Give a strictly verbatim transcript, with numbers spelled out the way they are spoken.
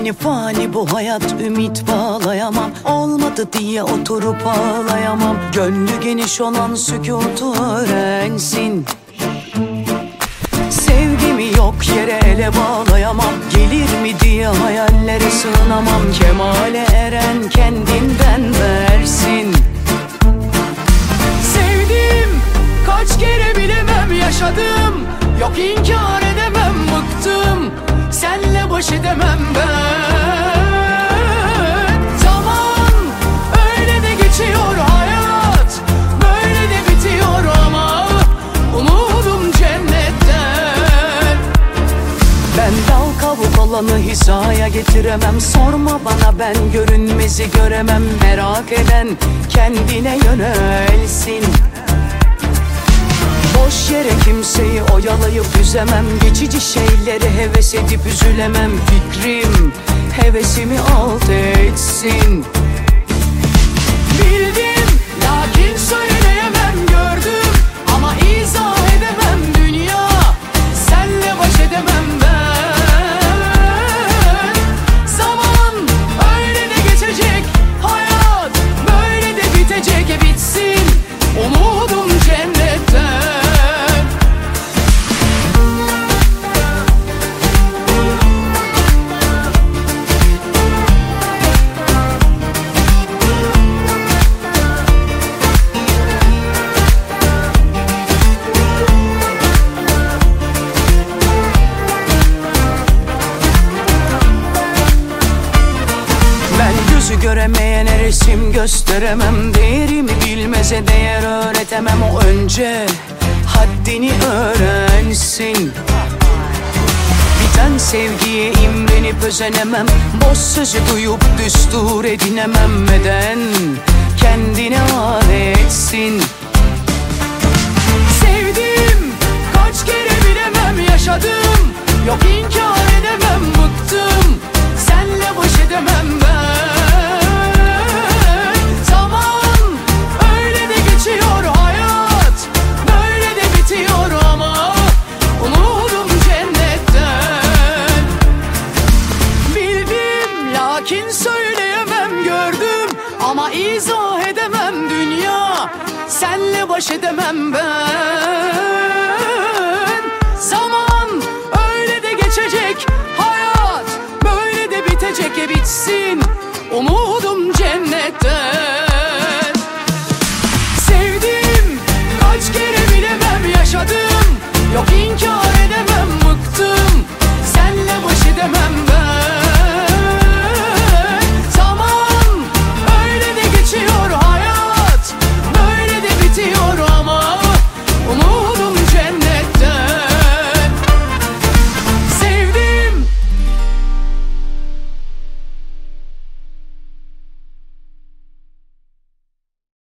Fani fani bu hayat, ümit bağlayamam. Olmadı diye oturup ağlayamam. Gönlü geniş olan sükutu öğrensin. Sevgimi yok yere ele bağlayamam. Gelir mi diye hayallere sığınamam. Kemale eren kendinden versin. Sevdim kaç kere bilemem, yaşadım. Yok inkar edemem, bıktım. Senle baş edemem ben. Zaman öyle de geçiyor hayat, böyle de bitiyor ama umudum cennetten. Ben dal kavuk olanı hizaya getiremem. Sorma bana, ben görünmezi göremem. Merak eden kendine yönelsin. Boş yere kimseyi oyalayıp üzemem. Geçici şeyleri heves edip üzülemem. Fikrim hevesimi alt etsin. Bildim lakin söyleyemem, gördüm ama izah edemem. Dünya senle baş edemem ben. Zaman öyle de geçecek, hayat böyle de bitecek. E bitsin umudum cennetten. Gözü göremeyene resim gösteremem. Değerimi bilmeze değer öğretemem. O önce haddini öğrensin. Biten sevgiye imrenip özenemem. Boş sözü duyup düstur edinemem. Neden kendine adetsin. Sevdim kaç kere bilemem, yaşadım. Yok inkar edemem, bıktım. Senle baş edemem ben. Lakin söyleyemem, gördüm ama izah edemem. Dünya senle baş edemem ben. Zaman öyle de geçecek, hayat böyle de bitecek. E bitsin umudum cennetten. Sevdim kaç kere bilemem, yaşadım. Yok inkar